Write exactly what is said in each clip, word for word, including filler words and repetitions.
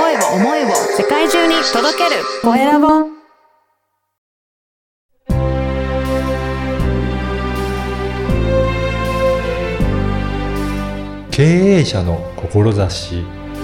声を思いを世界中に届けるコエラボ。 経営者の志。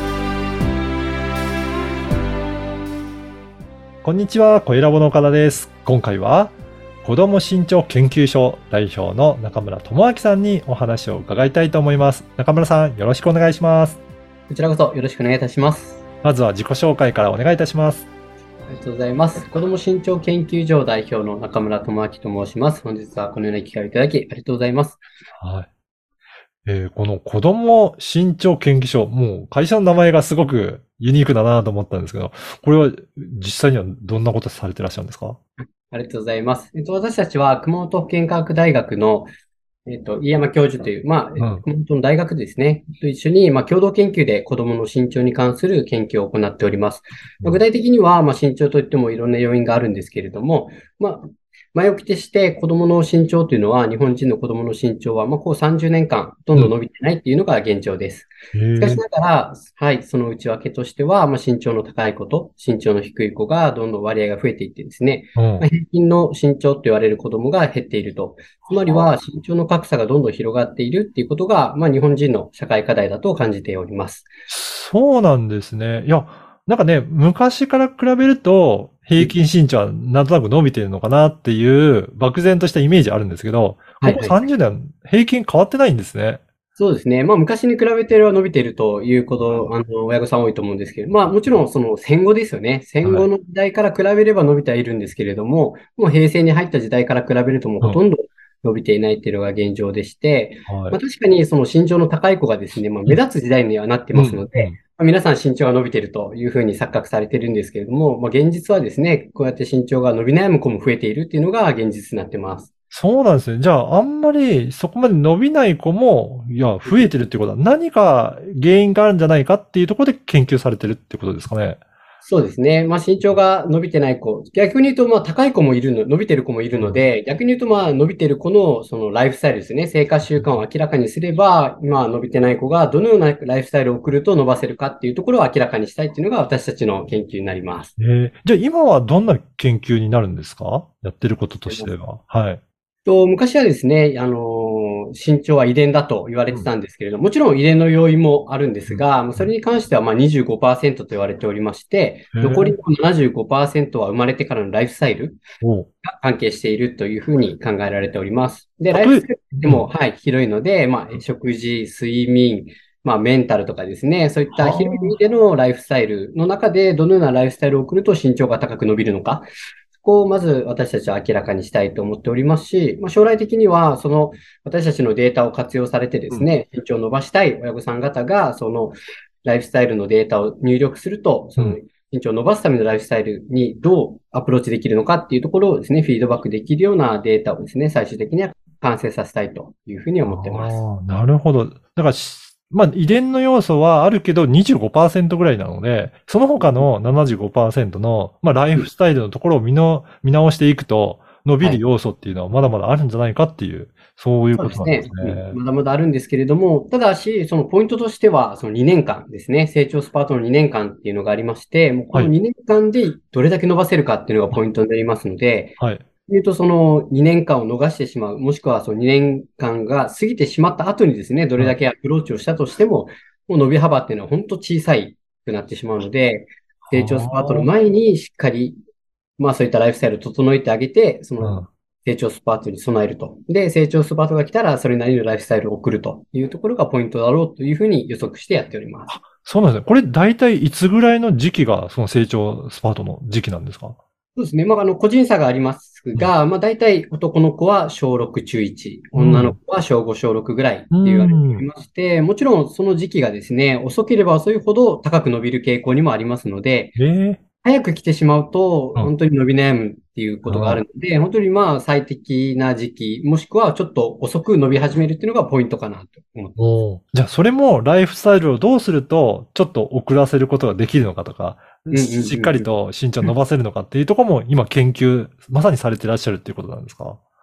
こんにちは、コエラボの岡田です。今回は子ども身長研究所代表の中村智明さんにお話を伺いたいと思います。中村さん、よろしくお願いします。 こちらこそよろしくお願いいたします。 まずは自己紹介からお願いいたします。 ありがとうございます。子ども身長研究所代表の中村智明と申します。本日はこのような機会をいただきありがとうございます。 はい。えー、この子ども身長研究所、もう会社の名前がすごくユニークだなと思ったんですけど、これは実際にはどんなことされてらっしゃるんですか？ ありがとうございます。えっと、私たちは熊本保健科学大学のえっと、飯山教授という、まあ、熊本の大学ですね、と一緒に、まあ、共同研究で子供の身長に関する研究を行っております。まあ、具体的には、まあ、身長といってもいろんな要因があるんですけれども、まあ、前置きとして子供の身長というのは、日本人の子供の身長は、まあ、こうさんじゅうねんかん、ほとんど伸びてないっていうのが現状です。しかしながら、はい、その内訳としては、まあ、身長の高い子と身長の低い子がどんどん割合が増えていってですね、うんまあ、平均の身長と言われる子供が減っていると。つまりは、身長の格差がどんどん広がっているっていうことが、まあ、日本人の社会課題だと感じております。 そうなんですね。いや、なんかね、昔から比べると、平均身長はなんとなく伸びてるのかなっていう漠然としたイメージあるんですけど、ここさんじゅうねん平均変わってないんですね。 そうですね。まあ、昔に比べては伸びているということ、あの、親御さん多いと思うんですけど、まあ、もちろんその戦後ですよね。戦後の時代から比べれば伸びてはいるんですけれども、はい、もう平成に入った時代から比べるともうほとんど伸びていないっていうのが現状でして、うんはい、まあ、確かにその身長の高い子がですね、まあ、目立つ時代にはなってますので、うんうんまあ、皆さん身長が伸びているというふうに錯覚されているんですけれども、まあ、現実はですね、こうやって身長が伸び悩む子も増えているっていうのが現実になってます。 そうなんですね。じゃあ、あんまりそこまで伸びない子も、いや、増えてるっていうことは何か原因があるんじゃないかっていうところで研究されてるってことですかね。 そうですね。まあ、身長が伸びてない子。逆に言うと、まあ、高い子もいるの、伸びてる子もいるので、逆に言うと、まあ、伸びてる子の、その、ライフスタイルですね。生活習慣を明らかにすれば、今、伸びてない子がどのようなライフスタイルを送ると伸ばせるかっていうところを明らかにしたいっていうのが私たちの研究になります。 えー、じゃあ、今はどんな研究になるんですか？やってることとしては。はい。 と昔はですね、あの、身長は遺伝だと言われてたんですけれども、もちろん遺伝の要因もあるんですが、それに関してはまあ にじゅうごパーセント と言われておりまして、残りの ななじゅうごパーセント は生まれてからのライフスタイルが関係しているというふうに考えられております。で、ライフスタイルでも、はい、広いので、まあ、食事、睡眠、まあ、メンタルとかですね、そういった広い意味でのライフスタイルの中で、どのようなライフスタイルを送ると身長が高く伸びるのか、ここをまず私たちは明らかにしたいと思っておりますし、まあ、将来的にはその私たちのデータを活用されてですね、身長を伸ばしたい親御さん方がそのライフスタイルのデータを入力すると、その身長を伸ばすためのライフスタイルにどうアプローチできるのかっていうところをですね、フィードバックできるようなデータをですね、最終的には完成させたいというふうに思っています。 ああ、なるほど。だからまあ、遺伝の要素はあるけど にじゅうごパーセント ぐらいなので、その他の ななじゅうごパーセント の、まあ、ライフスタイルのところを見の見直していくと、伸びる要素っていうのはまだまだあるんじゃないかっていう、そういうことなんですね。 そうですね。まだまだあるんですけれども、ただし、そのポイントとしては、そのにねんかんですね。成長スパートのにねんかんっていうのがありまして、もうこのにねんかんでどれだけ伸ばせるかっていうのがポイントになりますので、はい。言うと、そのにねんかんを逃してしまう、もしくはそのにねんかんが過ぎてしまった後にですね、どれだけアプローチをしたとしても、もう伸び幅っていうのは本当小さいくなってしまうので、成長スパートの前にしっかり、まあそういったライフスタイルを整えてあげて、その成長スパートに備えると。で、成長スパートが来たらそれなりのライフスタイルを送るというところがポイントだろうというふうに予測してやっております。 そうなんですね。これ大体いつぐらいの時期がその成長スパートの時期なんですか？ そうですね。まあ、あの、個人差がありますが、うん、まあ、大体男の子は小ろく中いち、女の子は小ご小ろくぐらいって言われておりまして、うん、もちろんその時期がですね、遅ければ遅いほど高く伸びる傾向にもありますので、えー、早く来てしまうと、本当に伸び悩むっていうことがあるので、うん、本当にまあ最適な時期、もしくはちょっと遅く伸び始めるっていうのがポイントかなと思ってます。 じゃあそれもライフスタイルをどうすると、ちょっと遅らせることができるのかとか、しっかりと身長を伸ばせるのかっていうところも今研究、まさにされていらっしゃるっていうことなんですか？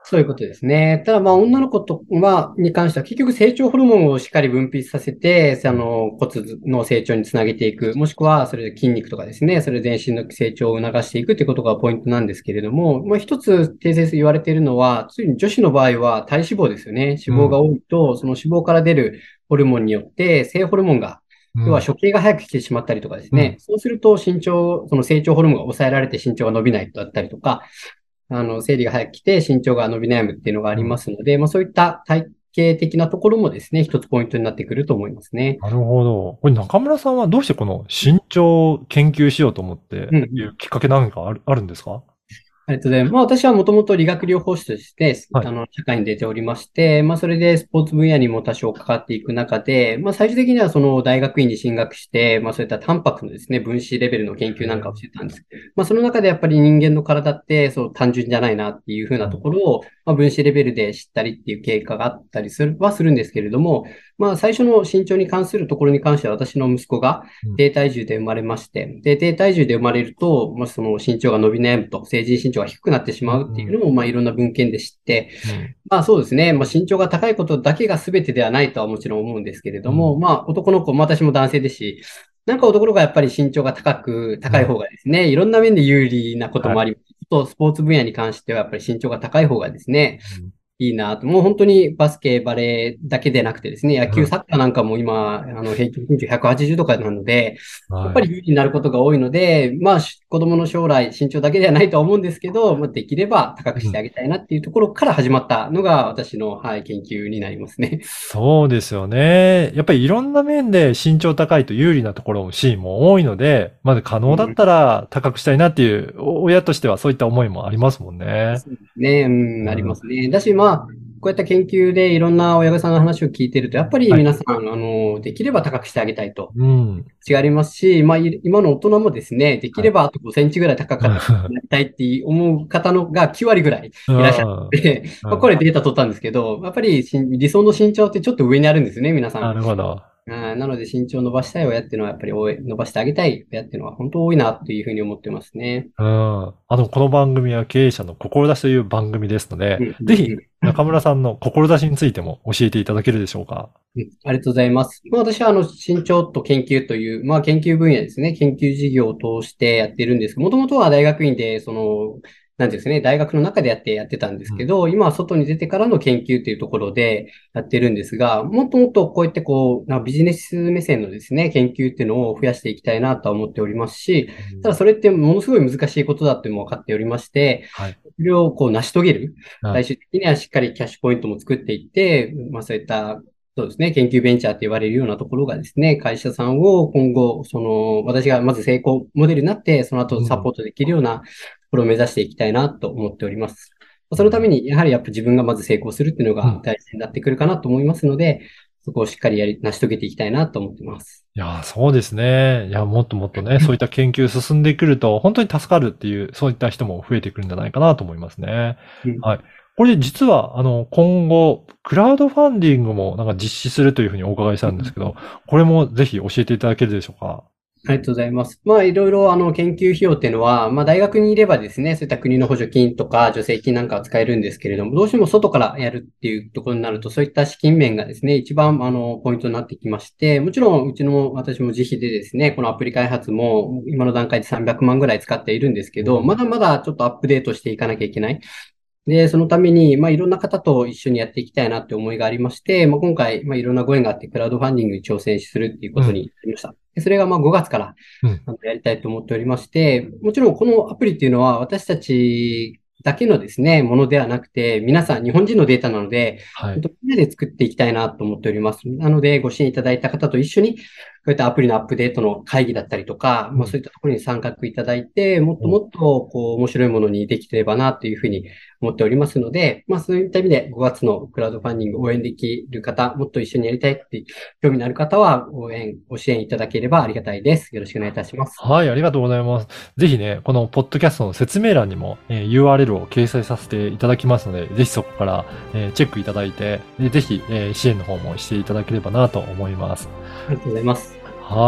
そういうことですね。ただ、まあ、女の子とは、に関しては、結局成長ホルモンをしっかり分泌させて、あの、骨の成長につなげていく、もしくは、それで筋肉とかですね、それで全身の成長を促していくということがポイントなんですけれども、まあ、一つ訂正言われているのは、ついに女子の場合は体脂肪ですよね。脂肪が多いと、その脂肪から出るホルモンによって、性ホルモンが、要は処刑が早く来てしまったりとかですね、うん、そうすると身長、その成長ホルモンが抑えられて身長が伸びないだったりとか、あの、生理が早く来て身長が伸び悩むっていうのがありますので、うん、まあそういった体型的なところもですね、一つポイントになってくると思いますね。 なるほど。これ中村さんはどうしてこの身長を研究しようと思っていうきっかけなんかある、あるんですか？ ありがとうございます。まあ私はもともと理学療法士として、はい、あの、社会に出ておりまして、まあそれでスポーツ分野にも多少関わっていく中で、まあ最終的にはその大学院に進学して、まあそういったタンパクのですね、分子レベルの研究なんかをしてたんです。まあその中でやっぱり人間の体ってそう単純じゃないなっていうふうなところを、まあ分子レベルで知ったりっていう経過があったりする、はするんですけれども、まあ最初の身長に関するところに関しては私の息子が低体重で生まれまして、で、低体重で生まれると、まあその身長が伸び悩むと、成人身長が低くなってしまうっていうのも、まあいろんな文献で知って、まあそうですね、まあ身長が高いことだけが全てではないとはもちろん思うんですけれども、まあ男の子、私も男性ですし、なんか男の子がやっぱり身長が高く、高い方がですね、いろんな面で有利なこともあります。と、スポーツ分野に関してはやっぱり身長が高い方がですね、いいなと。もう本当にバスケ、バレーだけでなくてですね、野球、サッカーなんかも今、あの、平均身長ひゃくはちじゅうとかなので、やっぱり有利になることが多いので、まあ、子供の将来、身長だけではないとは思うんですけど、まあ、できれば高くしてあげたいなっていうところから始まったのが私の、はい、研究になりますね。 そうですよね。やっぱりいろんな面で身長高いと有利なところもシーンも多いので、まず可能だったら高くしたいなっていう、親としてはそういった思いもありますもんね。 そうですね。うん、ありますね。だし、まあ、こういった研究でいろんな親御さんの話を聞いていると、やっぱり皆さん、はい、あの、できれば高くしてあげたいと。うん。違いますし、まあ、今の大人もですね、できればあとごセンチぐらい高かったらなりたいって思う方のがきゅうわりぐらいいらっしゃって、まあ、これデータ取ったんですけど、やっぱり理想の身長ってちょっと上にあるんですね、皆さん。 なるほど。 なので身長を伸ばしたい親っていうのはやっぱり伸ばしてあげたい親っていうのは本当多いなというふうに思ってますね。 うん。あの、この番組は経営者の志という番組ですので、うんうんうん、ぜひ中村さんの志についても教えていただけるでしょうか。 うん、ありがとうございます。まあ、私はあの身長と研究という、まあ研究分野ですね、研究事業を通してやっているんですけど、もともとは大学院でその、なんですね、大学の中でやってやってたんですけど、うん、今は外に出てからの研究というところでやってるんですが、もっともっとこうやってこう、ビジネス目線のですね、研究っていうのを増やしていきたいなとは思っておりますし、ただそれってものすごい難しいことだっても分かっておりまして、はい、それをこう成し遂げる。最終的にはしっかりキャッシュポイントも作っていって、まあそういったそうですね。研究ベンチャーって言われるようなところがですね、会社さんを今後、その、私がまず成功モデルになって、その後サポートできるようなところを目指していきたいなと思っております。そのために、やはりやっぱ自分がまず成功するっていうのが大事になってくるかなと思いますので、そこをしっかりやり、成し遂げていきたいなと思ってます。 いや、そうですね。いや、もっともっとね、そういった研究進んでくると、本当に助かるっていう、そういった人も増えてくるんじゃないかなと思いますね。うん、はい。これ実は、あの、今後、クラウドファンディングもなんか実施するというふうにお伺いしたんですけど、これもぜひ教えていただけるでしょうか。 ありがとうございます。まあ、いろいろ、あの、研究費用っていうのは、まあ、大学にいればですね、そういった国の補助金とか助成金なんかは使えるんですけれども、どうしても外からやるっていうところになると、そういった資金面がですね、一番、あの、ポイントになってきまして、もちろん、うちの、私も自費でですね、このアプリ開発も、今の段階でさんびゃくまんぐらい使っているんですけど、まだまだちょっとアップデートしていかなきゃいけない。で、そのために、まあ、いろんな方と一緒にやっていきたいなって思いがありまして、まあ、今回、まあ、いろんなご縁があって、クラウドファンディングに挑戦するっていうことになりました。うん、それが、まあ、ごがつから、うん、やりたいと思っておりまして、もちろんこのアプリっていうのは、私たちだけのですね、ものではなくて、皆さん、日本人のデータなので、はい、みんなで作っていきたいなと思っております。なので、ご支援いただいた方と一緒に、こういったアプリのアップデートの会議だったりとか、うん、まあ、そういったところに参画いただいて、もっともっと、こう、面白いものにできてればな、というふうに思っておりますので、まあ、そういった意味でごがつのクラウドファンディング応援できる方、もっと一緒にやりたいって興味のある方は、応援、ご支援いただければありがたいです。よろしくお願いいたします。 はい、ありがとうございます。ぜひね、このポッドキャストの説明欄にも、えー、ユーアールエル を掲載させていただきますので、ぜひそこから、えー、チェックいただいて、でぜひ、えー、支援の方もしていただければなと思います。 ありがとうございます。 はい。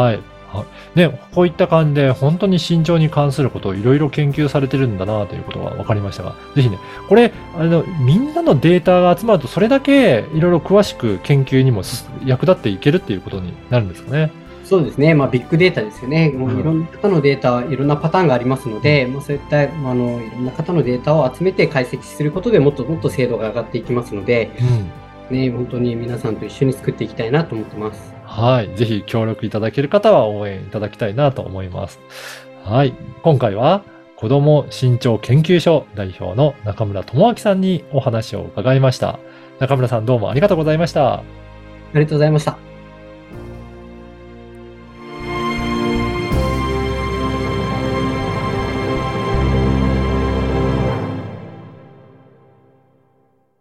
ね、こういった感じで本当に身長に関することをいろいろ研究されてるんだなということが分かりましたが、ぜひね、これ、あの、みんなのデータが集まると、それだけいろいろ詳しく研究にもす役立っていけるっていうことになるんですかね。 そうですね。まあ、ビッグデータですよね。もういろんな方のデータ、いろんなパターンがありますので、まあ、そういった、まあ、あの、いろんな方のデータを集めて解析することでもっともっと精度が上がっていきますので、 うん。 ね、本当に皆さんと一緒に作っていきたいなと思ってます。 はい。ぜひ協力いただける方は応援いただきたいなと思います。はい。今回は子ども身長研究所代表の中村智明さんにお話を伺いました。中村さんどうもありがとうございました。 ありがとうございました。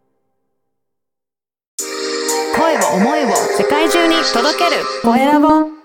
声を思いを世界中に届けるコエラボ。